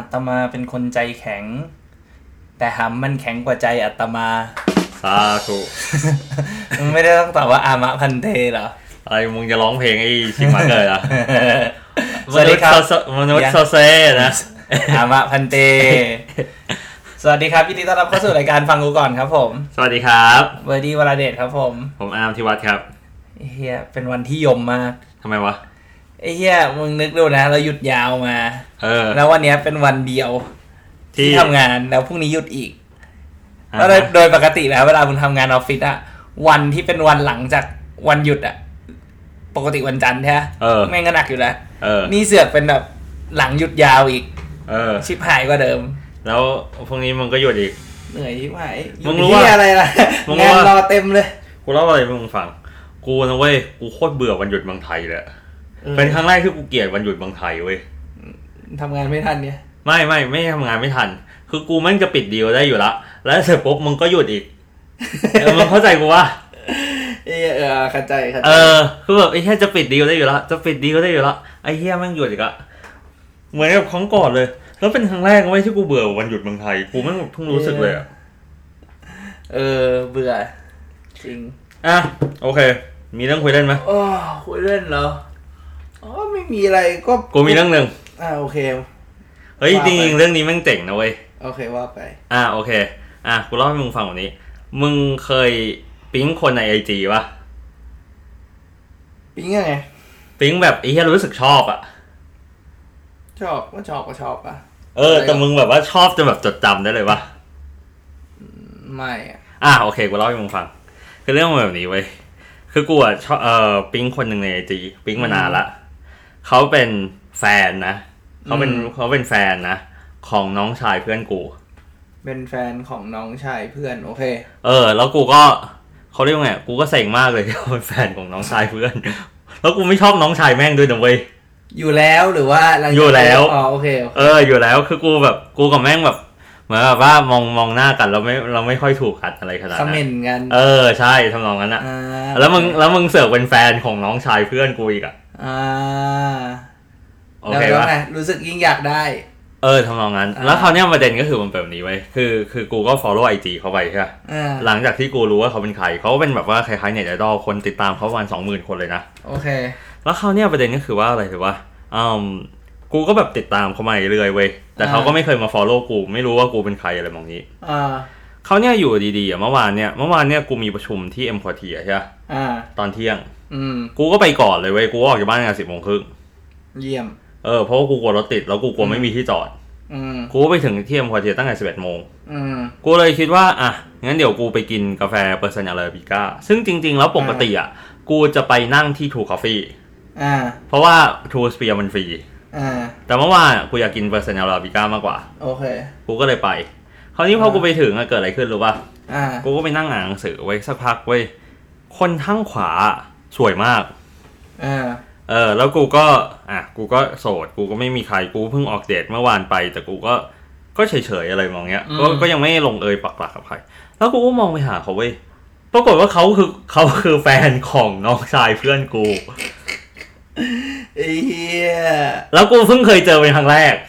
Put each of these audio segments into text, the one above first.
ตมาเป็นคนใจแข็งแต่หำมันแข็งกว่าใจอาตมาสาธุมึงไม่ได้ต้องตอบว่าอามะพันเทเหรออะไรมึงจะร้องเพลงไอ้ชิมาเกิดอ่ะสวัสดีครับมนุษย์โซเซนะอามะพันเทสวัสดีครับยินดีต้อนรับเข้าสู่รายการฟังกูก่อนครับผมสวัสดีครับเวอร์ดี้วราเดชครับผมอาร์มธิวัฒน์ครับเฮียเป็นวันที่ยมมากทำไมวะไอ้เฮียมึงนึกดูนะเราหยุดยาวมาแล้ววันนี้เป็นวันเดียวที่ทำงานแล้วพรุ่งนี้หยุดอีกแล้วโดยปกติแล้วเวลามึงทำงานออฟฟิศอะวันที่เป็นวันหลังจากวันหยุดอะปกติวันจันทร์ใช่ไหมแม่งก็หนักอยู่แล้วนี่เสือกเป็นแบบหลังหยุดยาวอีกชิบหายกว่าเดิมแล้วพรุ่งนี้มึงก็หยุดอีกเหนื่อยชิบหายมึงรู้ว่าอะไรล่ะงานรอเต็มเลยกูเล่าอะไรมึงฟังกูนะเว้ยกูโคตรเบื่อวันหยุดเมืองไทยเลยเป็นครั้งแรกที่กูเกลียดวันหยุดเมืองไทยเว้ยทำงานไม่ทันเนี่ยไม่ทำงานไม่ทันคือกูแม่งจะปิดดีลได้อยู่ละแล้วเสร็จปุ๊บมึงก็หยุดอีกมึงเข้าใจกูวะเข้าใจคือแบบไอ้แค่จะปิดดีลได้อยู่ละจะปิดดีลได้อยู่ละไอ้เหี้ยแม่งหยุดอีกละเหมือนกับครั้งก่อนเลยแล้วเป็นครั้งแรกเว้ยที่กูเบื่อวันหยุดเมืองไทยกูแม่งเพิ่งรู้สึกเลยอ่ะเบื่อจริงโอเคมีเรื่องคุยเล่นไหมคุยเล่นเหรอไม่มีอะไรก็กูมีเรื่องนึงโอเคเฮ้ยจริงๆเรื่องนี้แม่งเจ๋งนะเว้ยโอเคว่าไปโอเคกูเล่าให้มึงฟังวันนี้มึงเคยปิ๊งคนใน IG ป่ะปิ๊งยังไงปิ๊งแบบไอ้เหี้ยรู้สึกชอบอ่ะชอบก็ชอบอ่ะแต่มึงแบบว่าชอบจนแบบจดจำได้เลยป่ะไม่โอเคกูเล่าให้มึงฟังคือเรื่องมันแบบนี้เว้ยคือกูชอบปิ๊งคนหนึ่งใน IG ปิ๊งมานานละเขาเป็นแฟนนะเขาเป็นแฟนนะของน้องชายเพื่อนกูเป็นแฟนของน้องชายเพื่อนโอเคแล้วกูก็เขาเรียกว่าไงกูก็เซ็งมากเลยที่เขาเป็นแฟนของน้องชายเพื่อนแล้วกูไม่ชอบน้องชายแม่งด้วยนะเว้ยอยู่แล้วหรือว่าอยู่แล้วโอเคอยู่แล้วคือกูแบบกูกับแม่งแบบเหมือนแบบว่ามองหน้ากันเราไม่ค่อยถูกกันอะไรขนาดนั้นคอมเมนต์กันใช่ทำนองนั้นแล้วมึงเสือกเป็นแฟนของน้องชายเพื่อนกูอีกโอเคป่ะรู้สึกยิ่งอยากได้ทำนองนั้นแล้วคราวนี้ประเด็นก็คือมันแบบนี้ไว้คือกูก็ follow IG เขาไปใช่ป่ะหลังจากที่กูรู้ว่าเขาเป็นใครเขาเป็นแบบว่าคล้ายๆเน็ตไอดอลคนติดตามเขาประมาณ 20,000 คนเลยนะโอเคแล้วคราวนี้ประเด็นก็คือว่าอะไรถือว่ากูก็แบบติดตามเขามาเรื่อยๆเว้ยแต่เขาก็ไม่เคยมา follow กูไม่รู้ว่ากูเป็นใครอะไรมองนี้เขาเนี่ยอยู่ดีๆเมื่อวานเนี่ยกูมีประชุมที่เอ็มควอเทียใช่ป่ะตอนเที่ยงกูก็ไปก่อนเลยเว้ยกูออกจากบ้านกัน 10:30 น. เยี่ยมเพราะว่ากูกลัวรถติดแล้วกูกลัวไม่มีที่จอดกูไปถึงที่เอ็มควอเทียตั้งแต่ 11:00 น.กูเลยคิดว่างั้นเดี๋ยวกูไปกินกาแฟเปอร์เซนต์อาราบิก้าซึ่งจริงๆแล้วปกติกูจะไปนั่งที่ True Coffee เพราะว่า True Sphere มันฟรีแต่เมื่อวานกูอยากกินเปอร์เซนต์อาราบิก้ามากกว่าโอเคกูก็เลยไปคราวนี้พอกูไปถึงเกิดอะไรขึ้นรู้ป่ะกูก็ไปนั่งอ่านหนังสือไว้สักพักเว้ยคนข้างขวาสวยมากแล้วกูก็โสดกูก็ไม่มีใครกูเพิ่งออกเดทเมื่อวานไปแต่กูก็เฉยๆอะไรมองเงี้ยก็ยังไม่ลงปักหลักกับใครแล้วกูก็มองไปหาเขาเว้ยปรากฏว่าเขาคือแฟนของน้องชายเพื่อนกูเฮียแล้วกูเพิ่งเคยเจอเป็นครั้งแรก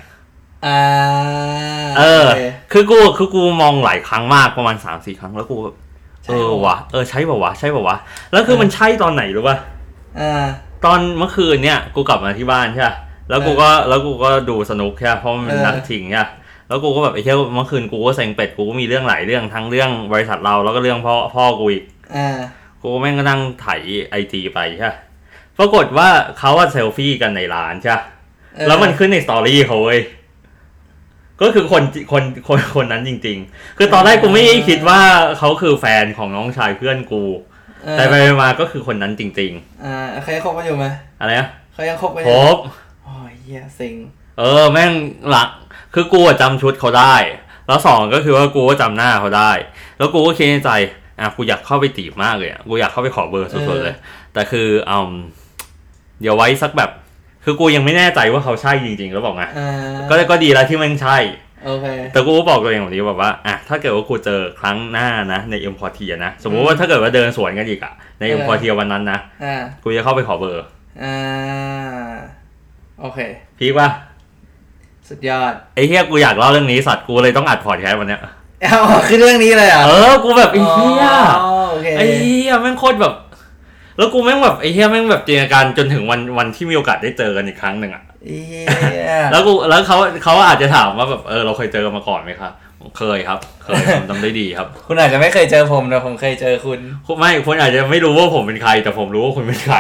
คือกูมองหลายครั้งมากประมาณ 3-4 ครั้งแล้วกูวะใช่ป่าววะแล้วคือมันใช่ตอนไหนรู้ป่ะตอนเมื่อคืนเนี่ยกูกลับมาที่บ้านใช่ป่ะแล้วกูก็ดูสนุกแค่เพราะมันนักชิงใช่แล้วกูก็แบบไอ้เหี้ยเมื่อคืนกูก็เซ็งเป็ดกูก็มีเรื่องหลายเรื่องทั้งเรื่องบริษัทเราแล้วก็เรื่องพ่อกูอีกกูแม่งก็นั่งไถ IG ไปใช่ปรากฏว่าเขาเซลฟี่กันในร้านใช่แล้วมันขึ้นในสตอรี่เขาเว้ยก็คือคนนั้นจริงๆคือตอนแรกกูไม่คิดว่าเขาคือแฟนของน้องชายเพื่อนกูแต่ไปมาก็คือคนนั้นจริงๆเขายังคบกันอยู่ไหมอะไรนะเขายังคบกันอยู่โอ้ยเหี้ยเซ็งแม่งหลักคือกูจำชุดเขาได้แล้ว2ก็คือว่ากูก็จำหน้าเขาได้แล้วกูก็คิดในใจกูอยากเข้าไปจีบมากเลยกูอยากเข้าไปขอเบอร์สุดๆเลยแต่คือเดี๋ยวไว้สักแบบคือกูยังไม่แน่ใจว่าเขาใช่จริงๆแล้วบอกไงก็ดีแล้วที่มันใช่แต่กูบอกตัวเองแบบนี้แบบว่าถ้าเกิดว่ากูเจอครั้งหน้านะในเอ็มพอร์เทียนะสมมติว่าถ้าเกิดว่าเดินสวนกันอีกในเอ็มพอร์เทียวันนั้นนะกูจะเข้าไปขอเบอร์โอเคพีกป่ะสุดยอดไอ้เหี้ยกูอยากเล่าเรื่องนี้สัตว์กูเลยต้องอัดพอดแคสต์วันเนี้ยคือเรื่องนี้เลยอ่ะกูแบบไอ้เหี้ยไอ้เหี้ยแม่งโคตรแบบแล้วกูแม่งแบบไอ้เหี้ยแม่งแบบจินตนาการจนถึงวันที่มีโอกาสได้เจอกันอีกครั้งนึงอ่ะแล้วเขาอาจจะถามว่าแบบเราเคยเจอกันมาก่อนไหมครับเคยครับเคยผมจำได้ดีครับคุณอาจจะไม่เคยเจอผมแต่ผมเคยเจอคุณไม่คุณอาจจะไม่รู้ว่าผมเป็นใครแต่ผมรู้ว่าคุณเป็นใคร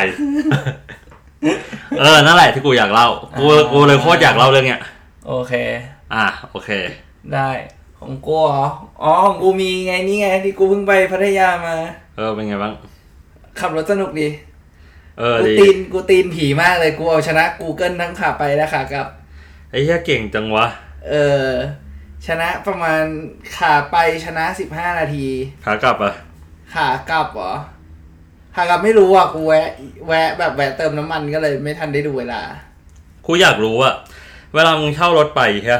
นั่นแหละที่กูอยากเล่ากูเลยโคตรอยากเล่าเรื่องเนี้ยโอเคโอเคได้ของกูเหรอของกูมีไงนี่ไงที่กูเพิ่งไปพัทยามาเป็นไงบ้างขับรถสนุกดีกูตีนผีมากเลยกูเอาชนะ Google ทั้งขาไปและขากลับไอ้เหี้ยเก่งจังวะชนะประมาณขาไปชนะ15นาทีขากลับขากลับเหรอขากลับไม่รู้อ่ะกูแวะแบบแวะเติมน้ำมันก็เลยไม่ทันได้ดูเวลากูอยากรู้อะเวลามึงเช่ารถไปใช่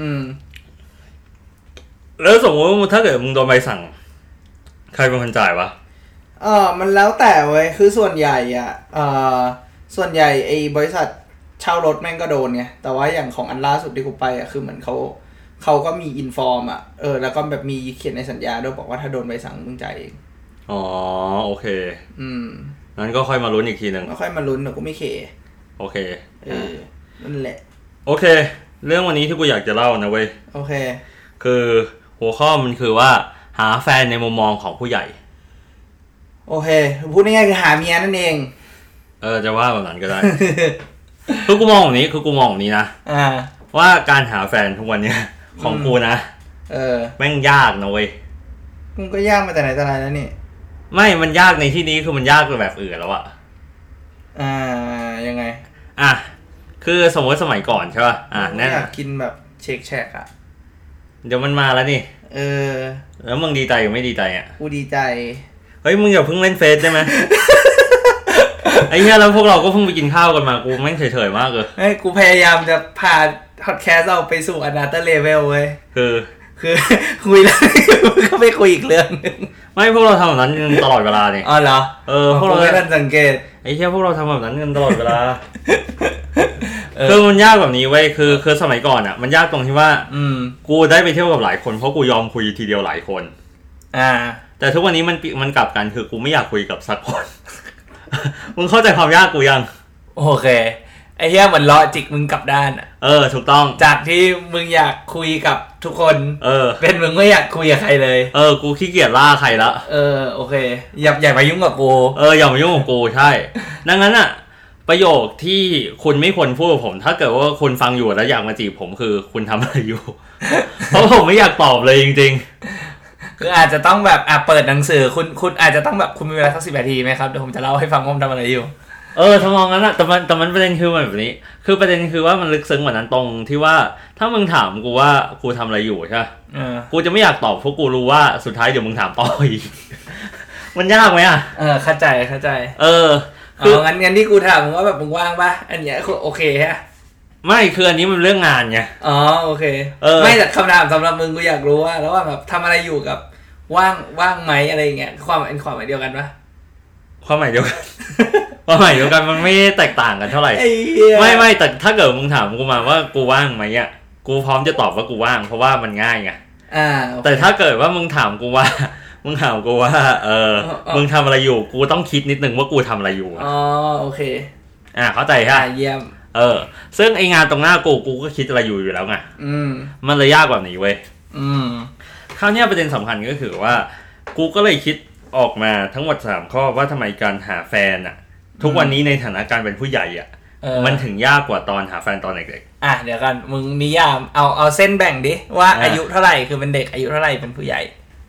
แล้วสมมติว่าถ้าเกิดมึงโดนใบสั่งใครเป็นคนจ่ายวะมันแล้วแต่เว้ยคือส่วนใหญ่อ่ะส่วนใหญ่ไอ้บริษัทเช่ารถแม่งก็โดนไงแต่ว่าอย่างของอันล่าสุดที่กูไปอ่ะคือเหมือนเขาก็มีอินฟอร์มอ่ะแล้วก็แบบมีเขียนในสัญญาด้วยบอกว่าถ้าโดนใบสั่งมึงจ่ายเองโอเคงั้นก็ค่อยมาลุ้นอีกทีนึงก็ค่อยมาลุ้นแต่กูไม่เคโอเคนั่นแหละโอเคเรื่องวันนี้ที่กูอยากจะเล่านะเว้ยโอเคคือหัวข้อมันคือว่าหาแฟนในมุมมองของผู้ใหญ่โอเคพูดง่ายๆคือหาเมียนั่นเองจะว่าแบบนั้นก็ได้ คือกูมองแบบนี้นะว่าการหาแฟนทุกวันนี้ของกูนะแม่งยากนะเว้ยมึงก็ยากมาแต่ไหนแต่ไรแล้วนี่ไม่มันยากในที่นี้คือมันยากแบบอื่นแล้วอะยังไงคือสมมติสมัยก่อนใช่ป่ะแน่อยากกินแบบเชคแชกอะเดี๋ยวมันมาแล้วนี่แล้วมึงดีใจหรือไม่ดีใจอ่ะกูดีใจเฮ้ยมึงอย่าเพิ่งเล่นเฟซได้ไหม ไอ้เหี้ยแล้วพวกเราก็เพิ่งไปกินข้าวกันมากูแม่งเฉยๆมากเลยเฮ้ยกูพยายามจะพาพอดแคสต์เราไปสู่ another level เว้ยคือคุยแล้วก็ไม่คุยอีกเรื่องนึงไม่พวกเราทำแบบนั้นตลอดเวลานี่เหรอพวกเราไม่ทันสังเกตไอ้เหี้ยพวกเราทำแบบนั้นกันตลอดเวลาคือมันยากแบบนี้เว้ยคือสมัยก่อนอ่ะมันยากตรงที่ว่ากูได้ไปเที่ยวกับหลายคนเพราะกูยอมคุยทีเดียวหลายคนแต่ทุกวันนี้มันกลับกันคือกูไม่อยากคุยกับสักคน มึงเข้าใจความยากกูยังโอเคไอ้เหี้ยเหมือนลอจิกมึงกลับด้านถูกต้องจากที่มึงอยากคุยกับทุกคนเป็นมึงไม่อยากคุยกับใครเลยกูขี้เกียจล่าใครละโอเคอย่ามายุ่งกับกูอย่ามายุ่งกับกูใช่ดังนั้นอ่ะประโยคที่คุณไม่ควรพูดกับผมถ้าเกิดว่าคุณฟังอยู่แล้วอยากมาจีบผมคือคุณทำอะไรอยู่ เพราะผมไม่อยากตอบเลยจริงๆคืออาจจะต้องแบบเปิดหนังสือคุณอาจจะต้องแบบคุณมีเวลาสัก10 นาทีไหมครับเดี๋ยวผมจะเล่าให้ฟังว่าผมทำอะไรอยู่ทำนองนั้นอะแต่มันประเด็นคือแบบนี้คือประเด็นคือว่ามันลึกซึ้งกว่านั้นตรงที่ว่าถ้ามึงถามกูว่ากูทำอะไรอยู่ใช่กูจะไม่อยากตอบเพราะกูรู้ว่าสุดท้ายเดี๋ยวมึงถามต่ออีก มันยากไหมอะเข้าใจคืองั้นที่กูถามมึงว่าแบบมึงว่างป่ะอันเนี้ยโอเคฮะไม่คืออันนี้มันเรื่องงานไงโอเคไม่แต่คำถามสำหรับมึงกูอยากรู้ว่าแล้วว่าแบบทำอะไรอยู่กับว่างไหมอะไรเงี้ยความหมายเดียวกันปะความหมายเดียวกันมันไม่แตกต่างกันเท่าไหร่ไม่แต่ถ้าเกิดมึงถามกูมาว่ากูว่างไหมอ่ะกูพร้อมจะตอบว่ากูว่างเพราะว่ามันง่ายไงแต่ถ้าเกิดว่ามึงถามกูว่ามึงทำอะไรอยู่กูต้องคิดนิดนึงว่ากูทำอะไรอยู่โอเคเข้าใจใช่เยี่ยมซึ่งไองานตรงหน้ากูก็คิดอะไรอยู่แล้วไงมันเลยยากแบบนี้เว้ยคราวนี้ประเด็นสำคัญก็คือว่ากูก็เลยคิดออกมาทั้งหมด3ข้อว่าทำไมการหาแฟนอ่ะทุกวันนี้ในฐานะการเป็นผู้ใหญ่อ่ะมันถึงยากกว่าตอนหาแฟนตอนเด็กๆเดี๋ยวกันมึงนิยามเอาเส้นแบ่งดิว่าอายุเท่าไหร่คือเป็นเด็กอายุเท่าไหร่เป็นผู้ใหญ่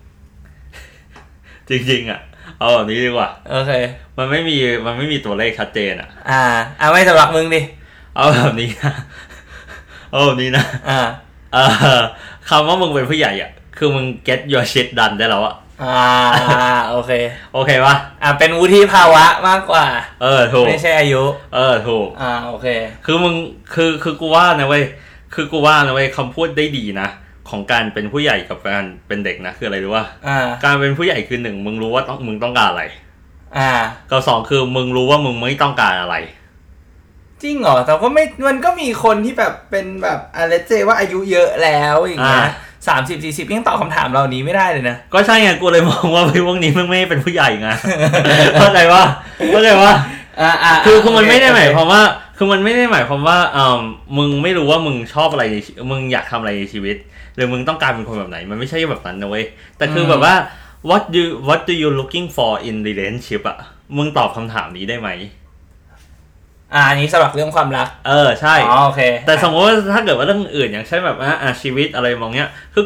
จริงๆอ่ะเอาแบบนี้ดีกว่าโอเคมันไม่มีตัวเลขชัดเจนอ่ะไม่สำหรับมึงดิเอาแบบนี้นะคำว่ามึงเป็นผู้ใหญ่อ่ะคือมึง get your shit done ได้แล้วอ่ะโอเคป่ะเป็นวุฒิภาวะมากกว่าถูกไม่ใช่อายุถูกโอเคคือมึงคือกูว่านะเว้ยคำพูดได้ดีนะของการเป็นผู้ใหญ่กับการเป็นเด็กนะคืออะไรรู้ว่าการเป็นผู้ใหญ่คือ1มึงรู้ว่ามึงต้องการอะไรกับ2คือมึงรู้ว่ามึงไม่ต้องการอะไรจริงเหรอแต่ก็ไม่มันก็มีคนที่แบบเป็นแบบเลเจว่าอายุเยอะแล้วอย่างเงี้ย30-40ยังตอบคำถามเรานี้ไม่ได้เลยนะก็ใช่ไงกูเลยมองว่าพวกนี้มันไม่เป็นผู้ใหญ่ไงเข้าใจว่าคือมันไม่ได้หมายความว่าคือมันไม่ได้หมายความว่ามึงไม่รู้ว่ามึงชอบอะไรมึงอยากทำอะไรในชีวิตหรือมึงต้องการเป็นคนแบบไหนมันไม่ใช่แบบนั้นนะเว้ยแต่คือแบบว่า what do you looking for in relationship อ่ะมึงตอบคำถามนี้ได้ไหมอันนี้สำหรับเรื่องความรักใช่โอเคแต่สมมติว่าถ้าเกิดว่าเรื่องอื่นอย่างเช่นแบบชีวิตอะไรมองเนี้ยคือ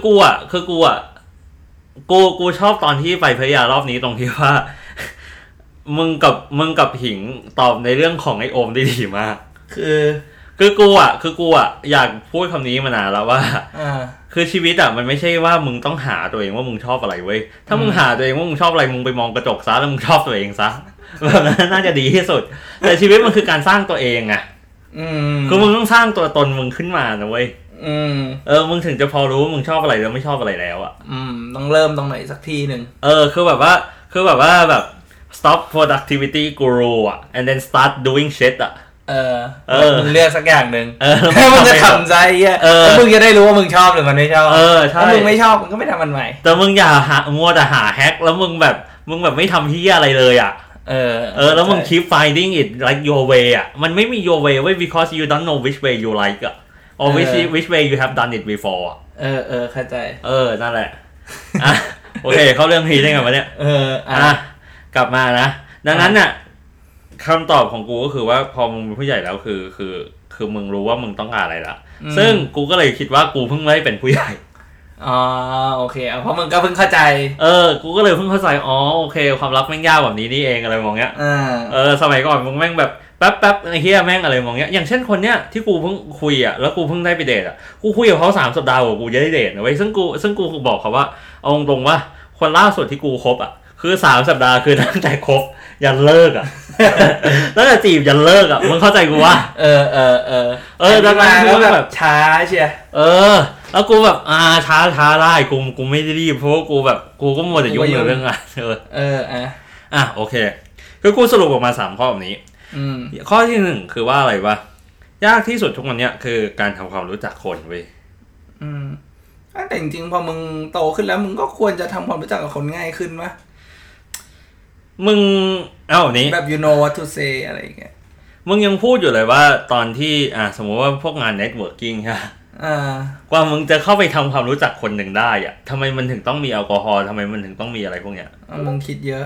กูชอบตอนที่ไปพัทยารอบนี้ตรงที่ว่ามึงกับผิงตอบในเรื่องของไอโอมได้ดีมากคือกูอยากพูดคำนี้มานานแล้วว่าคือชีวิตมันไม่ใช่ว่ามึงต้องหาตัวเองว่ามึงชอบอะไรเว้ยถ้ามึงหาตัวเองว่ามึงชอบอะไรมึงไปมองกระจกซะแล้วมึงชอบตัวเองซะแบบนั้นน่าจะดีที่สุดแต่ชีวิตมันคือการสร้างตัวเองไงคือมึงต้องสร้างตัวตนมึงขึ้นมานะเว้ยมึงถึงจะพอรู้ว่ามึงชอบอะไรแล้วไม่ชอบอะไรแล้วอ่ะต้องเริ่มตรงไหนสักทีนึงคือแบบว่าแบบ stop productivity guru อ่ะ and then start doing shit อ่ะมึงเลือกสักอย่างนึงแล้วมึงจะทำใจแล้วมึงจะได้รู้ว่ามึงชอบหรือมันไม่ชอบถ้ามึงไม่ชอบมึงก็ไม่ทำมันใหม่แต่มึงอย่ามัวแต่หาแฮกแล้วมึงแบบไม่ทำที่อะไรเลยอ่ะแล้วมึง keep finding it like your way อ่ะมันไม่มี your way เว้ย because you don't know which way you like อ่ะ or which way you have done it before อ่ะเข้าใจนั่นแหละโอเคเข้าเรื่องพีได้ไงวะเนี่ยกลับมานะดังนั้นน่ะคำตอบของกูก็คือว่าพอมึงเป็นผู้ใหญ่แล้วคือมึงรู้ว่ามึงต้องการอะไรละซึ่งกูก็เลยคิดว่ากูเพิ่งได้เป็นผู้ใหญ่โอเคเพราะมึงก็เพิ่งเข้าใจกูก็เลยเพิ่งเข้าใจโอเคความรักแม่งยากแบบนี้นี่เองอะไรมองเงี้ยสมัยก่อนมึงแม่งแบบแป๊บไอ้เหี้ยแม่งอะไรมองเงี้ยอย่างเช่นคนเนี้ยที่กูเพิ่งคุยแล้วกูเพิ่งได้ไปเดทกูคุยกับเขา3 สัปดาห์กว่ากูจะได้เดทนะเว้ยซึ่งกูบอกเขาว่าเอาตรงๆว่าคนล่าสุดที่กูคบคือ3 สัปดาห์คือตั้งแต่คบยันเลิกตั้งแต่จีบยันเลิกมึงเข้าใจกูว่าดังนั้นคือแบบช้าเชียแล้วกูแบบช้าได้กูไม่ได้รีบเพราะว่ากูแบบกูก็มัวแต่ยุ่งเรื่องโอเคคือกูสรุปออกมา3ข้อแบบนี้ข้อที่1คือว่าอะไรวะยากที่สุดทุกวันเนี้ยคือการทำความรู้จักคนเว้ยแต่จริงๆพอมึงโตขึ้นแล้วมึงก็ควรจะทำความรู้จักกับคนง่ายขึ้นวะมึงนี้แบบ you know what to say อะไรอย่างเงี้ยมึงยังพูดอยู่เลยว่าตอนที่สมมติว่าพวกงาน networking ใช่กว่ามึงจะเข้าไปทำความรู้จักคนหนึ่งได้ทำไมมันถึงต้องมีแอลกอฮอล์ทำไมมันถึงต้องมีอะไรพวกเนี้ยมึงคิดเยอะ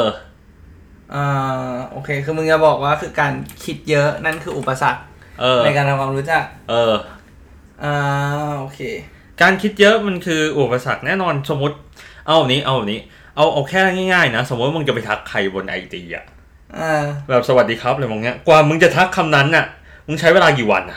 โอเคคือมึงจะบอกว่าคือการคิดเยอะนั่นคืออุปสรรคในการทำความรู้จักโอเคการคิดเยอะมันคืออุปสรรคแน่นอนสมมติเอาแค่ง่ายๆนะสมมติว่ามึงจะไปทักใครบน IG แบบสวัสดีครับอะไรมองเงี้ยกว่ามึงจะทักคำนั้นมึงใช้เวลากี่วัน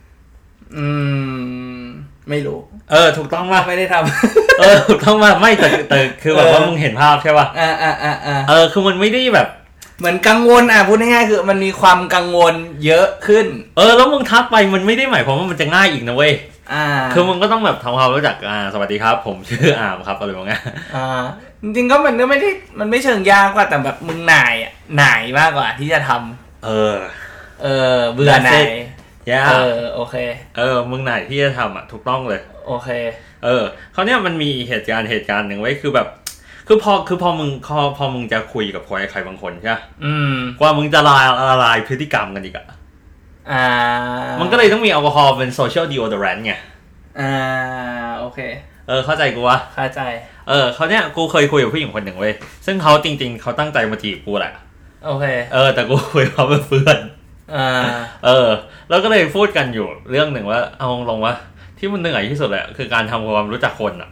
ไม่รู้ถูกต้องป่ะไม่ได้ทำถูกต้องป่ะไม่แต่คือแบบว่ามึงเห็นภาพใช่ป่ะคือมันไม่ได้แบบเหมือนกังวลพูดง่ายๆคือมันมีความกังวลเยอะขึ้นแล้วมึงทักไปมันไม่ได้หมายความว่ามันจะง่ายอีกนะเว้ยคือมึงก็ต้องแบบทำความรู้จักสวัสดีครับผมชื่ออามครับอะไรแบบนี้จริงๆก็มันก็ไม่ได้มันไม่เชิงยากกว่าแต่แบบมึงหน่ายมากกว่าที่จะทำเบื่อหน่ายโอเคมึงหน่ายที่จะทำถูกต้องเลยโอเคคราวนี้มันมีเหตุการณ์หนึ่งไว้คือแบบคือพอมึงจะคุยกับใครบางคนใช่กว่ามึงจะละลายพฤติกรรมกันอีกมันก็เลยต้องมีแอลกอฮอล์เป็นโซเชียลดีโอโดแรนต์ไงโอเคเข้าใจกูวะเข้าใจเขาเนี่ยกูเคยคุยกับผู้หญิงคนหนึ่งเว้ยซึ่งเขาจริงๆเขาตั้งใจมาจีบกูแหละโอเคแต่กูคุยเขาเป็นเพื่อนแล้วก็เลยพูดกันอยู่เรื่องหนึ่งว่าเอาลงว่าที่มันเหนื่อยที่สุดแหละคือการทำความรู้จักคน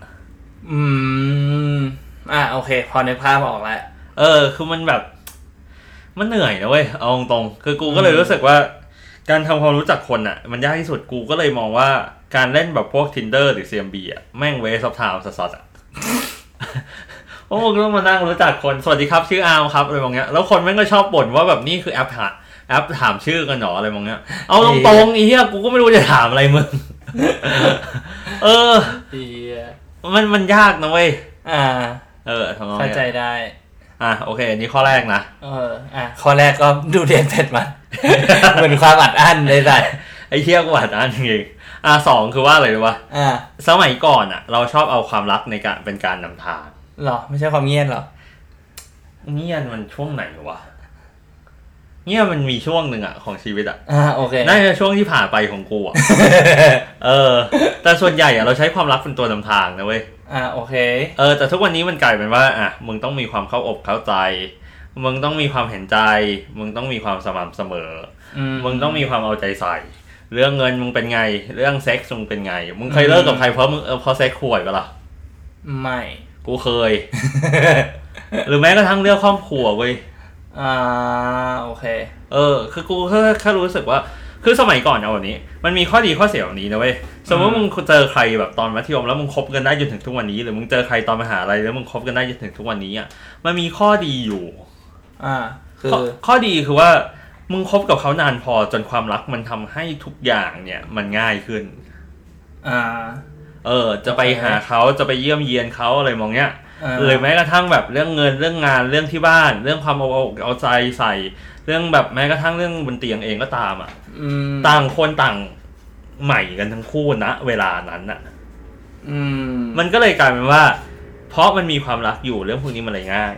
โอเคพอนึกภาพออกแล้วคือมันแบบมันเหนื่อยนะเว้ยเอาตรงคือกูก็เลยรู้สึกว่าการทำความรู้จักคนมันยากที่สุดกูก็เลยมองว่าการเล่นแบบพวก Tinder หรือ CMB แม่งเวสต์ออฟไทม์สัสเพราะมึงต้องมานั่งรู้จักคนสวัสดีครับชื่ออาร์มครับอะไรมองเงี้ยแล้วคนแม่งก็ชอบบ่นว่าแบบนี่คือแอปถามชื่อกันหรออะไรมองเงี้ยเอาตรงๆอีเหี้ยกูก็ไม่รู้จะถามอะไรมึงมันยากนะเว้ยเข้าใจได้โอเคนี่ข้อแรกนะข้อแรกก็ดูเรียนเสร็จมาเหมือนความอัดอั้นเลยสัตว์ไอ้เหี้ยกูอัดอั้นจริงสองคือว่าอะไรรู้ป่ะสมัยก่อนเราชอบเอาความรักในการเป็นการนำทางหรอไม่ใช่ความเงียบหรอเงียบมันช่วงไหนวะเงียบมันมีช่วงหนึ่งของชีวิตโอเคน่าจะช่วงที่ผ่านไปของกูแต่ส่วนใหญ่เราใช้ความรักเป็นตัวนำทางนะเว้ยโอเคแต่ทุกวันนี้มันกลายเป็นว่ามึงต้องมีความเข้าอกเข้าใจมึงต้องมีความเห็นใจมึงต้องมีความสม่ำเสมอมึงต้องมีความเอาใจใส่เรื่องเงินมึงเป็นไงเรื่องเซ็กซ์มึงเป็นไงมึงเคยเลิกกับใครเพราะเซ็กซ์ห่วยปะล่ะไม่กูเคย หรือแม้กระทั่งเรื่องครอบครัวเว้ยโอเคคือกูแค่รู้สึกว่าคือสมัยก่อนเอาแบบนี้มันมีข้อดีข้อเสียแบบนี้นะเว้ยสมมติมึงเจอใครแบบตอนมัธยมแล้วมึงคบกันได้จนถึงทุกวันนี้หรือมึงเจอใครตอนมหาลัยแล้วมึงคบกันได้จนถึงทุกวันนี้มันมีข้อดีอยู่คือข้อดีคือว่ามึงคบกับเขานานพอจนความรักมันทำให้ทุกอย่างเนี่ยมันง่ายขึ้นจะไปหาเขาจะไปเยี่ยมเยียนเขาอะไรมองเนี้ยเลยแม้กระทั่งแบบเรื่องเงินเรื่องงานเรื่องที่บ้านเรื่องความเอาใจใส่เรื่องแบบแม้กระทั่งเรื่องบนเตียงเองก็ตามต่างคนต่างใหม่กันทั้งคู่นะเวลานั้นมันก็เลยกลายเป็นว่าเพราะมันมีความรักอยู่เรื่องพวกนี้มันเลยง่าย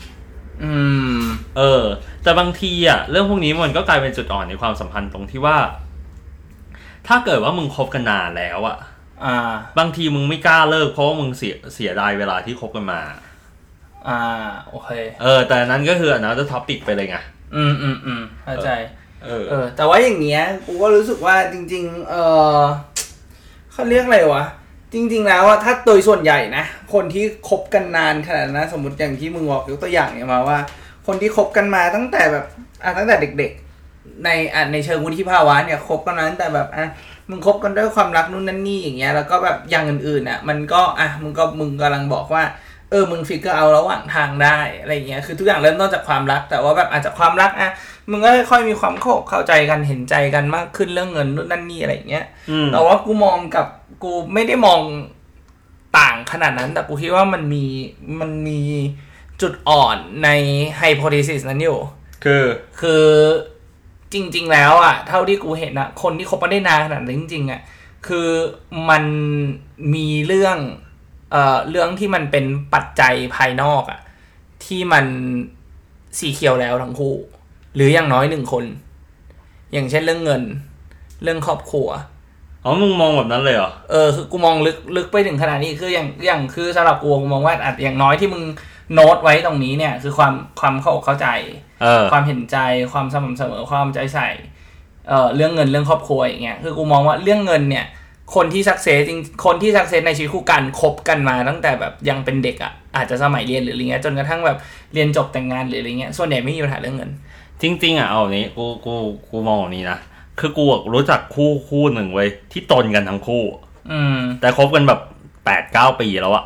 แต่บางทีเรื่องพวกนี้มันก็กลายเป็นจุดอ่อนในความสัมพันธ์ตรงที่ว่าถ้าเกิดว่ามึงคบกันนานแล้วบางทีมึงไม่กล้าเลิกเพราะว่ามึงเสียดายเวลาที่คบกันมาโอเคแต่นั้นก็คืออันนั้นจะท็อปิกไปเลยไงเข้าใจแต่ว่าอย่างเงี้ยกูก็รู้สึกว่าจริงๆเขาเรียกอะไรวะจริงๆแล้วถ้าโดยส่วนใหญ่นะคนที่คบกันนานขนาดนั้นสมมติอย่างที่มึงบอกยกตัวอย่างเนี่ยมาว่าคนที่คบกันมาตั้งแต่แบบตั้งแต่เด็กๆในเชิงวุฒิภาวะเนี่ยคบกันมาตั้งแต่แบบมึงคบกันด้วยความรักนู่นนั่นนี่อย่างเงี้ยแล้วก็แบบอย่างอื่นๆมันก็มึงกำลังบอกว่ามึงฟิกเกอร์เอาระหว่างทางได้อะไรเงี้ยคือทุกอย่างเริ่มต้นจากความรักแต่ว่าแบบอาจจะความรักมึงก็ค่อยมีความเข้าใจกันเห็นใจกันมากขึ้นเรื่องเงินนู่นนั่นนี่อะไรเงี้ยแต่ว่ากูมองกับกูไม่ได้มองต่างขนาดนั้นแต่กูคิดว่ามันมีจุดอ่อนในไฮโพเทซิสนั้นอยู่คือจริงๆแล้วเท่าที่กูเห็นคนที่คบกันได้นานขนาดนั้นจริงๆคือมันมีเรื่องที่มันเป็นปัจจัยภายนอกที่มันสีเขียวแล้วทั้งคู่หรืออย่างน้อย1คนอย่างเช่นเรื่องเงินเรื่องครอบครัวมึงมองแบบนั้นเลยเหรอคือกูมองลึกไปถึงขนาดนี้คืออย่างคือสำหรับกูมองว่าอย่างน้อยที่มึงโน้ตไว้ตรงนี้เนี่ยคือความเข้าใจความเห็นใจความสม่ำเสมอความใจใส่เรื่องเงินเรื่องครอบครัวอย่างเงี้ยคือกูมองว่าเรื่องเงินเนี่ยคนที่สักเซสจริงคนที่สักเซสในชีวิตคู่กันคบกันมาตั้งแต่แบบยังเป็นเด็กอาจจะสมัยเรียนหรืออะไรเงี้ยจนกระทั่งแบบเรียนจบแต่งงานหรืออะไรเงี้ยส่วนใหญ่ไม่มีปัญหาเรื่องเงินจริงๆเอานี้กูมองอย่างนี้นะคือกูรู้จักคู่หนึ่งเว้ยที่ตนกันทั้งคู่แต่คบกันแบบ 8-9 ปีแล้ว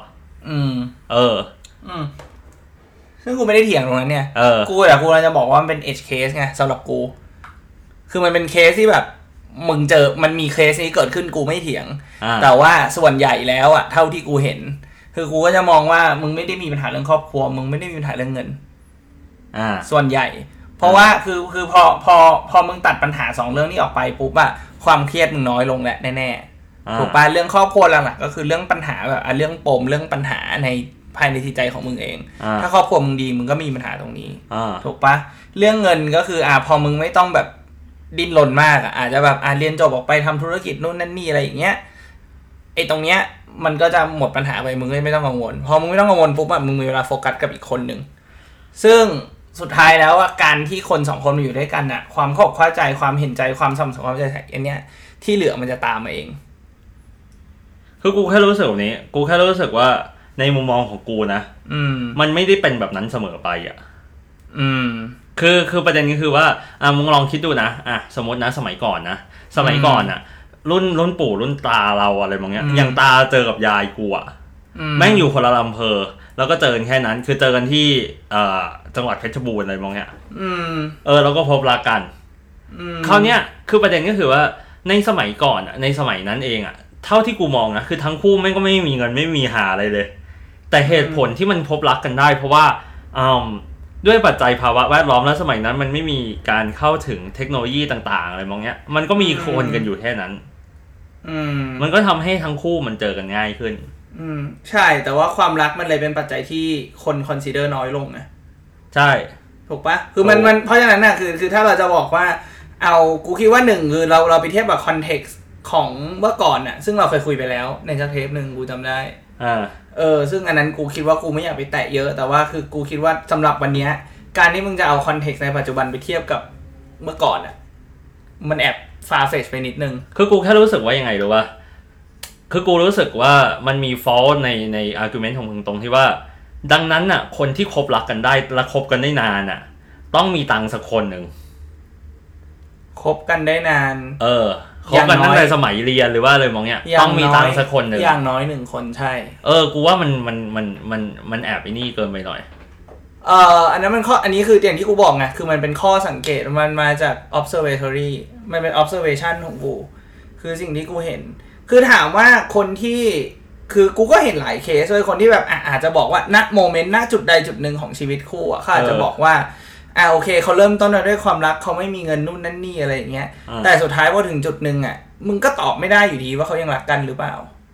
ซึ่งกูไม่ได้เถียงตรงนั้นเนี่ยกูจะบอกว่ามันเป็น edge case ไงสำหรับกูคือมันเป็นเคสที่แบบมึงมันมีเคสนี้เกิดขึ้นกูไม่เถียงแต่ว่าส่วนใหญ่แล้วเท่าที่กูเห็นคือกูก็จะมองว่ามึงไม่ได้มีปัญหาเรื่องครอบครัวมึงไม่ได้มีปัญหาเรื่องเงินส่วนใหญ่เพราะว่าคือพอมึงตัดปัญหา2เรื่องนี้ออกไปปุ๊บความเครียดมึงน้อยลงแหละแน่ๆถูกป่ะเรื่องครอบครัวหลักๆก็คือเรื่องปัญหาแบบเรื่องปมเรื่องปัญหาในภายในจิตใจของมึงเองถ้าครอบครัวมึงดีมึงก็มีปัญหาตรงนี้ถูกป่ะเรื่องเงินก็คือพอมึงไม่ต้องแบบดิ้นรนมากอาจจะแบบเรียนจบออกไปทำธุรกิจนู่นนั่นนี่อะไรอย่างเงี้ยตรงเนี้ยมันก็จะหมดปัญหาไปมึงไม่ต้องกังวลพอมึงไม่ต้องกังวลปุ๊บมึงมีเวลาโฟกัสกับอีกคนนึงซึ่งสุดท้ายแล้วการที่คน2คนมาอยู่ด้วยกันความเข้าใจความเห็นใจความสม่ำเสมอความใจใส่อันเนี้ยที่เหลือมันจะตามมาเองคือกูแค่รู้สึกแบบนี้กูแค่รู้สึกว่าในมุมมองของกูนะมันไม่ได้เป็นแบบนั้นเสมอไปคือประเด็นก็คือว่ามึงลองคิดดูนะสมมตินะสมัยก่อนรุ่นปู่รุ่นตาเราอะไรบางอย่างอย่างตาเจอกับยายกูแม่งอยู่คนละอำเภอแล้วก็เจอกันแค่นั้นคือเจอกันที่จังหวัดเพชรบูรณ์อะไรบางอย่างแล้วก็พบรักกันคราวเนี้ยคือประเด็นก็คือว่าในสมัยก่อนในสมัยนั้นเองเท่าที่กูมองนะคือทั้งคู่แม่งก็ไม่มีเงินไม่มีหาอะไรเลยแต่เหตุผลที่มันพบรักกันได้เพราะว่าด้วยปัจจัยภาวะแวดล้อมแล้วสมัยนั้นมันไม่มีการเข้าถึงเทคโนโลยีต่างๆอะไรมองเนี้ยมันก็มีคนกันอยู่แค่นั้นมันก็ทำให้ทั้งคู่มันเจอกันง่ายขึ้นใช่แต่ว่าความรักมันเลยเป็นปัจจัยที่คนคอนซีเดอร์น้อยลงนะใช่ถูกปะคือมันเพราะฉะนั้นน่ะคือถ้าเราจะบอกว่าเอากูคิดว่าหนึ่งคือเราไปเทียบกับคอนเท็กซ์ของเมื่อก่อนน่ะซึ่งเราเคยคุยไปแล้วในเทปนึงกูจำได้ซึ่งอันนั้นกูคิดว่ากูไม่อยากไปแตะเยอะแต่ว่าคือกูคิดว่าสำหรับวันนี้การที่มึงจะเอาคอนเท็กซ์ในปัจจุบันไปเทียบกับเมื่อก่อนอ่ะมันแอบฟาร์เฟชไปนิดนึงคือกูแค่รู้สึกว่ายังไงรู้ป่ะคือกูรู้สึกว่ามันมีฟอลต์ในอาร์กิวเมนต์ของมึงตรงที่ว่าดังนั้นน่ะคนที่คบรักกันได้และคบกันได้นานน่ะต้องมีตังค์สักคนหนึ่งคบกันได้นานคบกันตั้งแต่สมัยเรียนหรือว่าเลยมองเนี้ยต้องมีตังค์สักคนหนึ่งอย่างน้อย1คนใช่กูว่ามันแอบไอ้นี่เกินไปหน่อยอันนั้นมันข้ออันนี้คืออย่างที่กูบอกไงคือมันเป็นข้อสังเกตมันมาจาก observatory มันเป็น observation ของกูคือสิ่งที่กูเห็นคือถามว่าคนที่คือกูก็เห็นหลายเคสเลยคนที่แบบอาจจะบอกว่าณโมเมนต์ณจุดใดจุดหนึ่งของชีวิตคู่อ่ะเขาอาจจะบอกว่าโอเคเขาเริ่มต้นด้วยความรักเขาไม่มีเงินนู่นนั่นนี่อะไรอย่างเงี้ยแต่สุดท้ายพอถึงจุดนึงอ่ะมึงก็ตอบไม่ได้อยู่ดีว่าเขายังรักกันหรือเปล่า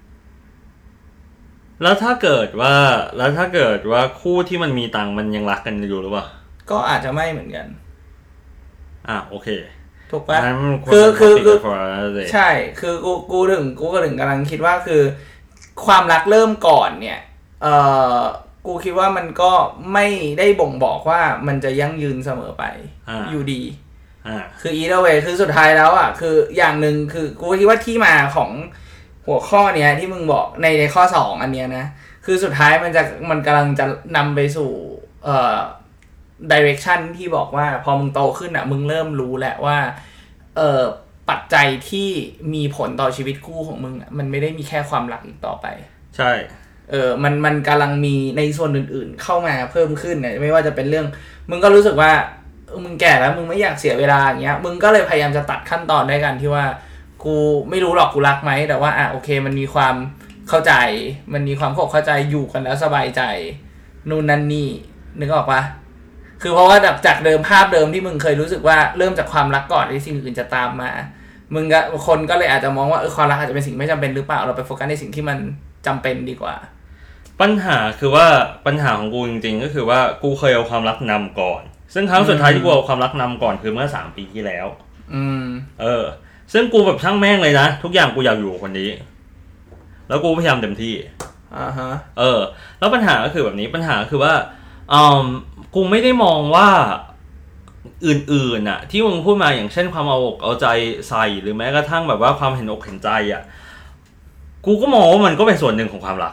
แล้วถ้าเกิดว่าคู่ที่มันมีตังค์มันยังรักกันอยู่หรือเปล่าก็อาจจะไม่เหมือนกันโอเคถูกป่ะคือใช่คือกูก็ถึงกำลังคิดว่าคือความรักเริ่มก่อนเนี่ยกูคิดว่ามันก็ไม่ได้บ่งบอกว่ามันจะยั่งยืนเสมอไปอยู่ดีคือ either way คือสุดท้ายแล้วอ่ะคืออย่างนึงคือกูคิดว่าที่มาของหัวข้อเนี้ยที่มึงบอกในข้อ2อันเนี้ยนะคือสุดท้ายมันกำลังจะนำไปสู่direction ที่บอกว่าพอมึงโตขึ้นอ่ะมึงเริ่มรู้แหละว่าปัจจัยที่มีผลต่อชีวิตคู่ของมึงอ่ะมันไม่ได้มีแค่ความรักอีกต่อไปใช่มันกำลังมีในส่วนอื่นๆเข้ามาเพิ่มขึ้นเนี่ยไม่ว่าจะเป็นเรื่องมึงก็รู้สึกว่ามึงแก่แล้วมึงไม่อยากเสียเวลาอย่างเงี้ยมึงก็เลยพยายามจะตัดขั้นตอนด้วยกันที่ว่ากูไม่รู้หรอกกูรักไหมแต่ว่าโอเคมันมีความเข้าใจมันมีความเข้าใจอยู่กันแล้วสบายใจนู่นนั่นนี่นึกออกปะคือเพราะว่าจากเดิมภาพเดิมที่มึงเคยรู้สึกว่าเริ่มจากความรักก่อนที่สิ่งอื่นจะตามมามึงก็คนก็เลยอาจจะมองว่าความรักอาจจะเป็นสิ่งไม่จำเป็นหรือเปล่าเราไปโฟกัสในสิ่งที่มันจำเป็นดีกว่าปัญหาของกูจริงๆก็คือว่ากูเคยเอาความรักนำก่อนซึ่งครั้งสุดท้ายที่กูเอาความรักนำก่อนคือเมื่อ3 ปีที่แล้วซึ่งกูแบบช่างแม่งเลยนะทุกอย่างกูอยากอยู่คนนี้แล้วกูพยายามเต็มที่แล้วปัญหาก็คือแบบนี้ปัญหาคือว่ากูไม่ได้มองว่าอื่นๆน่ะที่มึงพูดมาอย่างเช่นความเอาอกเอาใจใส่หรือแม้กระทั่งแบบว่าความเห็นอกเห็นใจอ่ะกูก็มองว่ามันก็เป็นส่วนหนึ่งของความรัก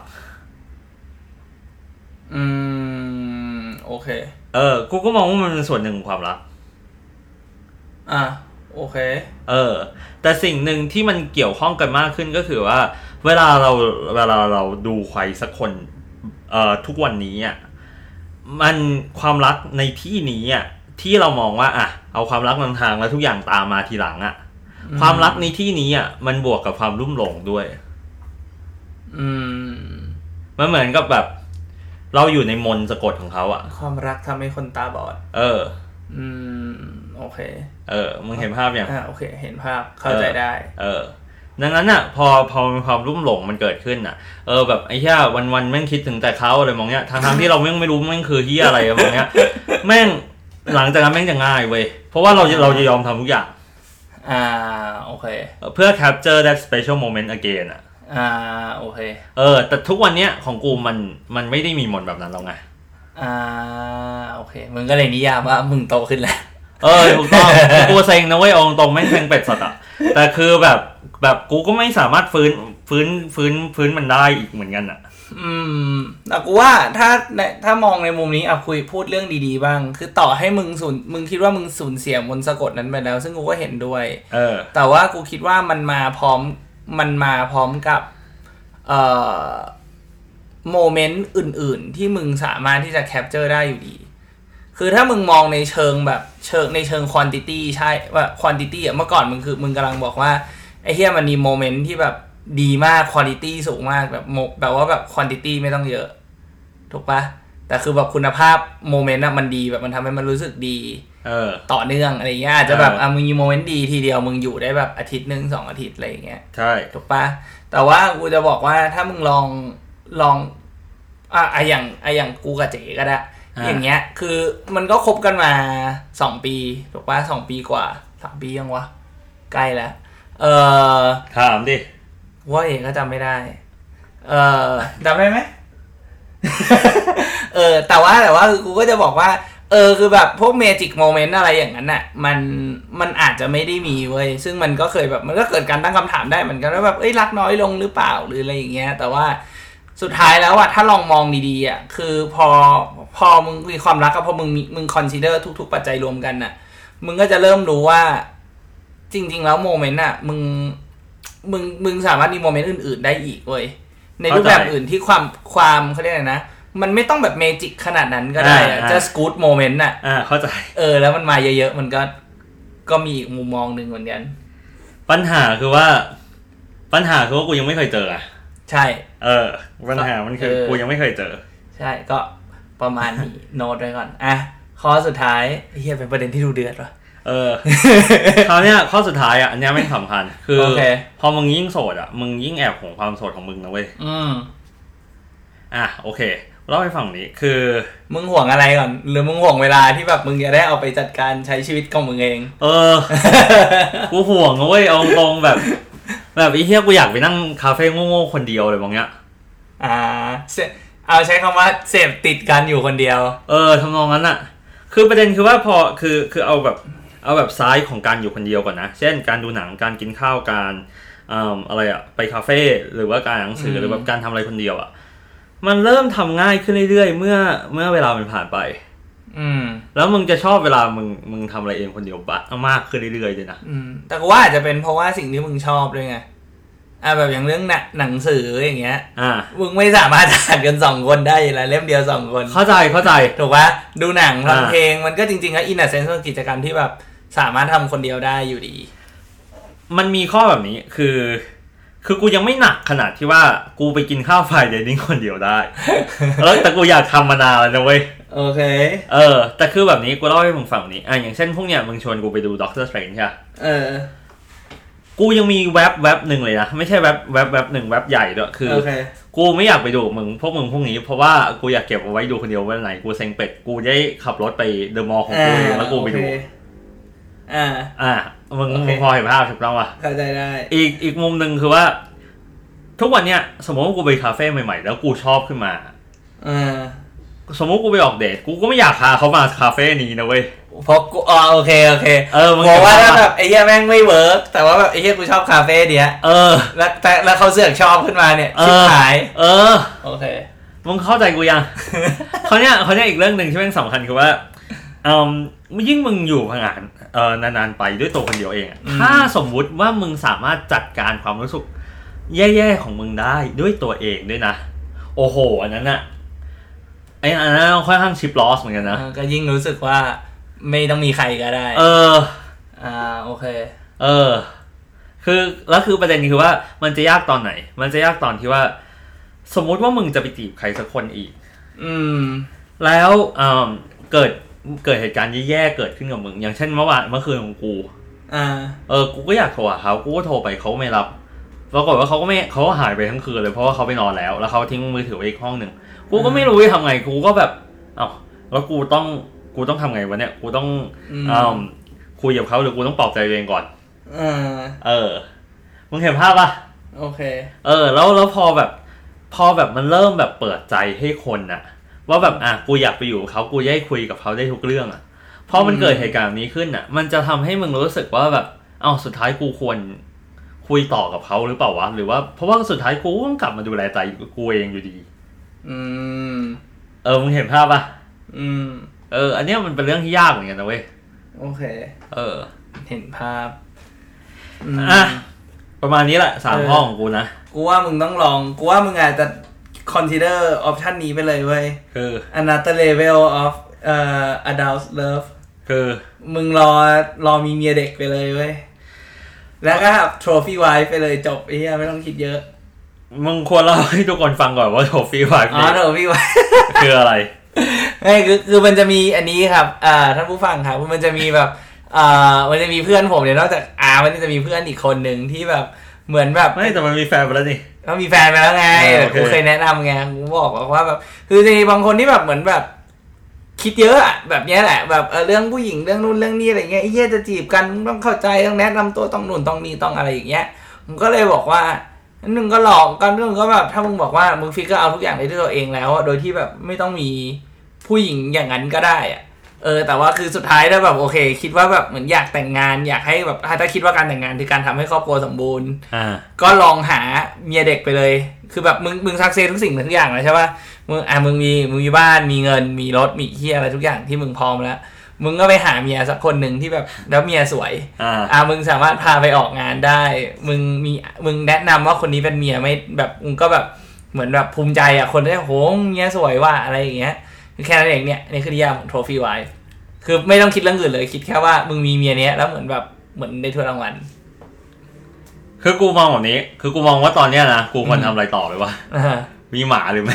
โอเคกูก็มองว่ามันเป็นส่วนหนึ่งของความรักโอเคแต่สิ่งหนึ่งที่มันเกี่ยวข้องกันมากขึ้นก็คือว่าเวลาเราดูใครสักคนทุกวันนี้อ่ะมันความรักในที่นี้อ่ะที่เรามองว่าเอาความรักนำทางแล้วทุกอย่างตามมาทีหลังอ่ะความรักในที่นี้อ่ะมันบวกกับความรุ่มหลงด้วยมันเหมือนกับแบบเราอยู่ในมนต์สะกดของเขาอ่ะความรักทำให้คนตาบอดโอเคมึงเห็นภาพยังโอเคเห็นภาพเข้าใจได้ดังนั้นอ่ะพอความรุ่มหลงมันเกิดขึ้นอ่ะแบบไอ้เหี้ยวันแม่งคิดถึงแต่เขาอะไรมองเนี้ยทั้งที่เราแม่งไม่รู้แม่งคือเหี้ยอะไรมองเนี้ยแม่งหลังจากนั้นแม่งจะง่ายเว้ยเพราะว่าเราจะยอมทำทุกอย่างโอเคเพื่อ capture that special moment again โอเคแต่ทุกวันเนี้ยของกูมันไม่ได้มีมนต์แบบนั้นแล้วไงโอเคมึงก็เลยนิยามว่ามึงโตขึ้นแล้วถูกต้องกูเซ็งนะเว้ยองตรงแม่งเซ็งเป็ดสัตว์อ่ะแต่คือแบบกูก็ไม่สามารถฟื้นมันได้อีกเหมือนกันอ่ะแต่กูว่าถ้ามองในมุมนี้พูดเรื่องดีๆบ้างคือต่อให้มึงคิดว่ามึงสูญเสียมนต์สะกดนั้นไปแล้วซึ่งกูก็เห็นด้วยแต่ว่ากูคิดว่ามันมาพร้อมกับโมเมนต์อื่นๆที่มึงสามารถที่จะแคปเจอร์ได้อยู่ดีคือถ้ามึงมองในเชิงแบบในเชิงควอนติตี้ใช่ว่าควอนติตี้เมื่อก่อนมึงกำลังบอกว่าไอ้เหี้ยมันมีโมเมนต์ที่แบบดีมากควอลิตี้สูงมากแบบว่าแบบควอนติตี้ไม่ต้องเยอะถูกปะแต่คือแบบคุณภาพโมเมนต์มันดีแบบมันทำให้มันรู้สึกดีต่อเนื่องอะไรเงี้ยอาจจะแบบมึงมีโมเมนต์ดีทีเดียวมึงอยู่ได้แบบอาทิตย์นึง2 อาทิตย์อะไรอย่างเงี้ยใช่ถูกปะแต่ว่ากูจะบอกว่าถ้ามึงลองอย่างกูกับเจ๋ก็ได้อย่างเงี้ยคือมันก็คบกันมา2 ปีถูกปะ2 ปีกว่า3 ปียังวะใกล้แล้วถามดิว่าเองก็จำไม่ได้จำได้ไหม แต่ว่าคือกูก็จะบอกว่าคือแบบพวกเมจิกโมเมนต์อะไรอย่างนั้นน่ะมันอาจจะไม่ได้มีเว้ยซึ่งมันก็เคยแบบมันก็เกิดการตั้งคำถามได้เหมือนกันว่าแบบรักน้อยลงหรือเปล่าหรืออะไรอย่างเงี้ยแต่ว่าสุดท้ายแล้วอะถ้าลองมองดีๆอะคือพอมึงมีความรักกับพอมึงคอนซีเดอร์ทุกๆปัจจัยรวมกันน่ะมึงก็จะเริ่มรู้ว่าจริงๆแล้วโมเมนต์อะมึงสามารถมีโมเมนต์อื่นๆได้อีกเว้ยในรูปแบบอื่นที่ความเขาเรียกอะไรนะมันไม่ต้องแบบเมจิกขนาดนั้นก็ได้อะ just good moment น่ะเข้าใจแล้วมันมาเยอะๆมันก็มีอีกมุมมองนึงเหมือนกันปัญหาคือว่ากูยังไม่เคยเจออะใช่ปัญหามันคือกูยังไม่เคยเจอใช่ก็ประมาณนี้ โน้ตไว้ก่อนข้อสุดท้ายเฮียเป็นประเด็นที่ดูเดือดว่ะคราวนี้ข้อสุดท้ายอันนี้ไม่สำคัญคือพอมึงยิ่งโสดมึงยิ่งแอบห่วงความโสดของมึงนะเว้ยโอเคเล่าให้ฟังนี้คือมึงห่วงอะไรก่อนหรือมึงห่วงเวลาที่แบบมึงจะได้เอาไปจัดการใช้ชีวิตของมึงเองกูห่วงนะเว้ยเอาตรงแบบไอ้เหี้ยกูอยากไปนั่งคาเฟ่โง่ๆคนเดียวเลยบางอย่างเอาใช้คำว่าเสพติดกันอยู่คนเดียวทำนองนั้นอ่ะคือประเด็นคือว่าพอคือเอาแบบซ้ายของการอยู่คนเดียวก่อนนะเช่นการดูหนังการกินข้าวการอะไรไปคาเฟ่หรือว่าการอ่านหนังสือหรือแบบการทำอะไรคนเดียวมันเริ่มทำง่ายขึ้นเรื่อยๆเมื่อเวลามันผ่านไปแล้วมึงจะชอบเวลามึงทำอะไรเองคนเดียวมากขึ้นเรื่อยๆเลยนะแต่กูว่าอาจจะเป็นเพราะว่าสิ่งที่มึงชอบด้วยไงแบบอย่างเรื่องหนังสืออย่างเงี้ยมึงไม่สามารถอ่านกัน2 คนได้ละเล่มเดียว2 คนเข้าใจถูกปะดูหนังฟังเพลงมันก็จริงๆแล้วอินเนอร์เซนส์เป็นกิจกรรมที่แบบสามารถทำคนเดียวได้อยู่ดีมันมีข้อแบบนี้คือกูยังไม่หนักขนาดที่ว่ากูไปกินข้าวไฟเดนิ่งคนเดียวได้ แล้วแต่กูอยากทำมานานแล้วนะเว้ยโอเคแต่คือแบบนี้กูเล่าให้มึงฟังนี้อย่างเช่นพวกเนี้ยมึงชวนกูไปดูด็อกเตอร์สเตรนจ์ใช่กูยังมีแว็บหนึ่งเลยนะไม่ใช่แว็บหนึ่งแว็บใหญ่ด้วยคือ กูไม่อยากไปดูพวกพวกนี้เพราะว่ากูอยากเก็บเอาไว้ดูคนเดียววันไหนกูเซ็งเป็ดกูได้ขับรถไปเดอะมอลล์ของกูเองแล้วกูไปดูมึงพอเห็นภาพถูกต้องป่ะเข้าใจได้อีกมุมนึงคือว่าทุกวันเนี้ยสมมติว่ากูไปคาเฟ่ใหม่ๆแล้วกูชอบขึ้นมาสมมติกูไปออกเดทกูก็ไม่อยากพาเขามาคาเฟ่นี้นะเว้ยเพราะกูโอเคบอกว่าถ้าแบบไอ้เหี้ยแม่งไม่เวิร์กแต่ว่าแบบไอ้เหี้ยกูชอบคาเฟ่เนี้ยแล้วเขาเสือกชอบขึ้นมาเนี่ยชิบหายโอเคมึงเข้าใจกูยังเขาเนี้ยอีกเรื่องนึงที่แม่งสำคัญคือว่ายิ่งมึงอยู่งานนานๆไปด้วยตัวคนเดียวเองถ้าสมมุติว่ามึงสามารถจัดการความรู้สึกแย่ๆของมึงได้ด้วยตัวเองด้วยนะโอ้โหอันนั้นน่ะอันนั้นค่อนข้างชิปลอสเหมือนกันนะก็ยิ่งรู้สึกว่าไม่ต้องมีใครก็ได้โอเคคือประเด็นคือว่ามันจะยากตอนไหนมันจะยากตอนที่ว่าสมมุติว่ามึงจะไปจีบใครสักคนอีกแล้วเกิดเหตุการณ์แย่ๆเกิดขึ้นกับมึงอย่างเช่นเมื่อคืนของกูกูก็อยากโทรหาเขากูก็โทรไปเขาไม่รับปรากฏว่าเขาก็หายไปทั้งคืนเลยเพราะว่าเขาไปนอนแล้วเขาทิ้งมือถือไว้อีกห้องนึงกูก็ไม่รู้จะทำไงกูก็แบบแล้วกูต้องทำไงวะเนี่ยกูต้องคุยกับเขาหรือกูต้องปลอบใจตัวเองก่อนมึงเห็นภาพป่ะโอเคแล้วพอแบบมันเริ่มแบบเปิดใจให้คนน่ะว่าแบบกูอยากไปอยู่กับเขากูจะให้คุยกับเขาได้ทุกเรื่องพอมันเกิดเหตุการณ์นี้ขึ้นมันจะทำให้มึงรู้สึกว่าแบบสุดท้ายกูควรคุยต่อกับเขาหรือเปล่าวะหรือว่าเพราะว่าสุดท้ายกูต้องกลับมาดูแลใจกูเองอยู่ดีมึงเห็นภาพป่ะอันนี้มันเป็นเรื่องที่ยากเหมือนกันนะเว้ยโอเคเห็นภาพประมาณนี้แหละ3ข้อของกูนะกูว่ามึงต้องลองกูว่ามึงอาจจะ consider option นี้ไปเลยเว้ยคือ another level of adult love คือมึงรอมีเมียเด็กไปเลยเว้ยแล้วก็ trophy wife ไปเลยจบไอ้เหี้ยไม่ต้องคิดเยอะมึงควรเล่าให้ทุกคนฟังก่อนว่า trophy wife trophy wife คืออะไรไม่คือมันจะมีอันนี้ครับท่านผู้ฟังครับมันจะมีแบบมันจะมีเพื่อนผมเนี่ยนอกจากมันจะมีเพื่อนอีกคนหนึ่งที่แบบเหมือนแบบไม่แต่มันมีแฟนไปแล้วนี่เขามีแฟนไปแล้วไงกูเคยแนะนำไงกูบอกว่าแบบคือจะมีบางคนที่แบบเหมือนแบบคิดเยอะอะแบบนี้แหละแบบเรื่องผู้หญิงเรื่องนู่นเรื่องนี้อะไรเงี้ยไอ้เหี้ยจะจีบกันต้องเข้าใจต้องแนะนำตัวต้องนู่นต้องนี่ต้องอะไรอย่างเงี้ยผมก็เลยบอกว่านึงก็หลอกกันนึงก็แบบถ้ามึงบอกว่ามึงฟิกก็เอาทุกอย่างได้ด้วยตัวเองแล้วโดยที่แบบไม่ต้องมีผู้หญิงอย่างนั้นก็ได้อะแต่ว่าคือสุดท้ายถ้าแบบโอเคคิดว่าแบบเหมือนอยากแต่งงานอยากให้แบบถ้าคิดว่าการแต่งงานคือการทำให้ครอบครัวสมบูรณ์ก็ลองหาเมียเด็กไปเลยคือแบบมึงซักเซสทุกสิ่งทุกอย่างแล้วใช่ป่ะมึงมีบ้านมีเงินมีรถมีเฮียอะไรทุกอย่างที่มึงพร้อมแล้วมึงก็ไปหาเมียสักคนหนึ่งที่แบบแล้วเมียสวยมึงสามารถพาไปออกงานได้มึงแนะนำว่าคนนี้เป็นเมียไม่แบบมึงก็แบบเหมือนแบบภูมิใจอ่ะคนได้โหเมียสวยว่าอะไรอย่างเงี้ยแค่นั้นเองเนี่ยนี่คือนิยามของ Trophy Wife คือไม่ต้องคิดเรื่องอื่นเลยคิดแค่ว่ามึงมีเมียเนี้ยแล้วเหมือนได้ถ้วยรางวัลคือกูมองแบบนี้คือกูมองว่าตอนเนี้ยนะกูควรทำอะไรต่อเลยวะมีหมาหรือไม่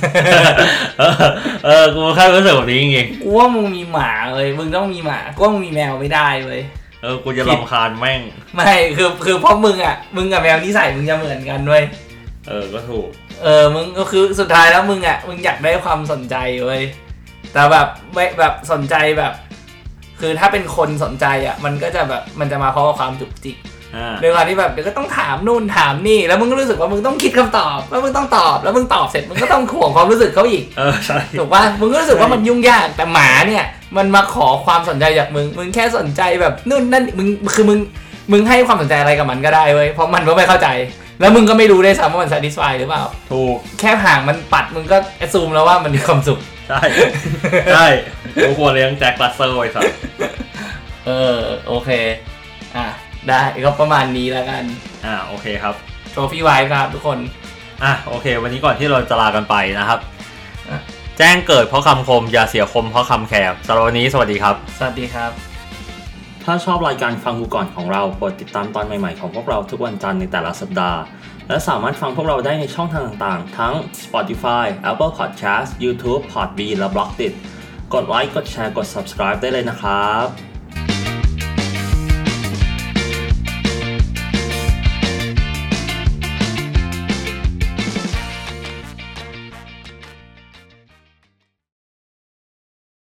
กูแค่รู้สึกแบบนี้จริงๆกูว่ามึงมีหมาเลยมึงต้องมีหมากูว่ามึงมีแมวไม่ได้เลยกูจะรำคาญแม่งไม่คือเพราะมึงกับแมวนิสัยมึงจะเหมือนกันด้วยก็ถูกมึงก็คือสุดท้ายแล้วมึงอยากได้ความสนใจเว้ยแต่แบบไม่แบบสนใจแบบคือถ้าเป็นคนสนใจมันก็จะแบบมันจะมาเพราะความจุกจิกโดยการที่แบบเดี๋ยวก็ต้องถามนู่นถามนี่แล้วมึงก็รู้สึกว่ามึงต้องคิดคำตอบแล้วมึงต้องตอบแล้วมึงตอบเสร็จมึงก็ต้องห่วงความรู้สึกเขาอีกใช่ถูกป่ะมึงก็รู้สึกว่ามันยุ่งยากแต่หมาเนี่ยมันมาขอความสนใจจากมึงแค่สนใจแบบนู่นนั่นมึงให้ความสนใจอะไรกับมันก็ได้เว้ยเพราะมันก็ไม่เข้าใจแล้วมึงก็ไม่รู้ได้ซ้ำว่ามัน satisfy หรือเปล่าถูกแค่ห่างมันปัดมึงก็แอสซูมแล้วว่ามันมีความสุขใช่กูควรเลี้ยงแจ็คลัสเซอร์ไว้สักโอเคได้ก็ประมาณนี้แล้วกันโอเคครับ Trophy Wife ครับทุกคนโอเควันนี้ก่อนที่เราจะลากันไปนะครับแจ้งเกิดเพราะคำคมอย่าเสียคมเพราะคำแคบสำหรับวันนี้สวัสดีครับสวัสดีครับถ้าชอบรายการฟังกูก่อนของเราโปรดติดตามตอนใหม่ๆของพวกเราทุกวันจันทร์ในแต่ละสัปดาห์และสามารถฟังพวกเราได้ในช่องทางต่างๆทั้ง Spotify, Apple Podcast, YouTube, Podbean และ Blogdit กดไลค์กดแชร์กด Subscribe ได้เลยนะครับ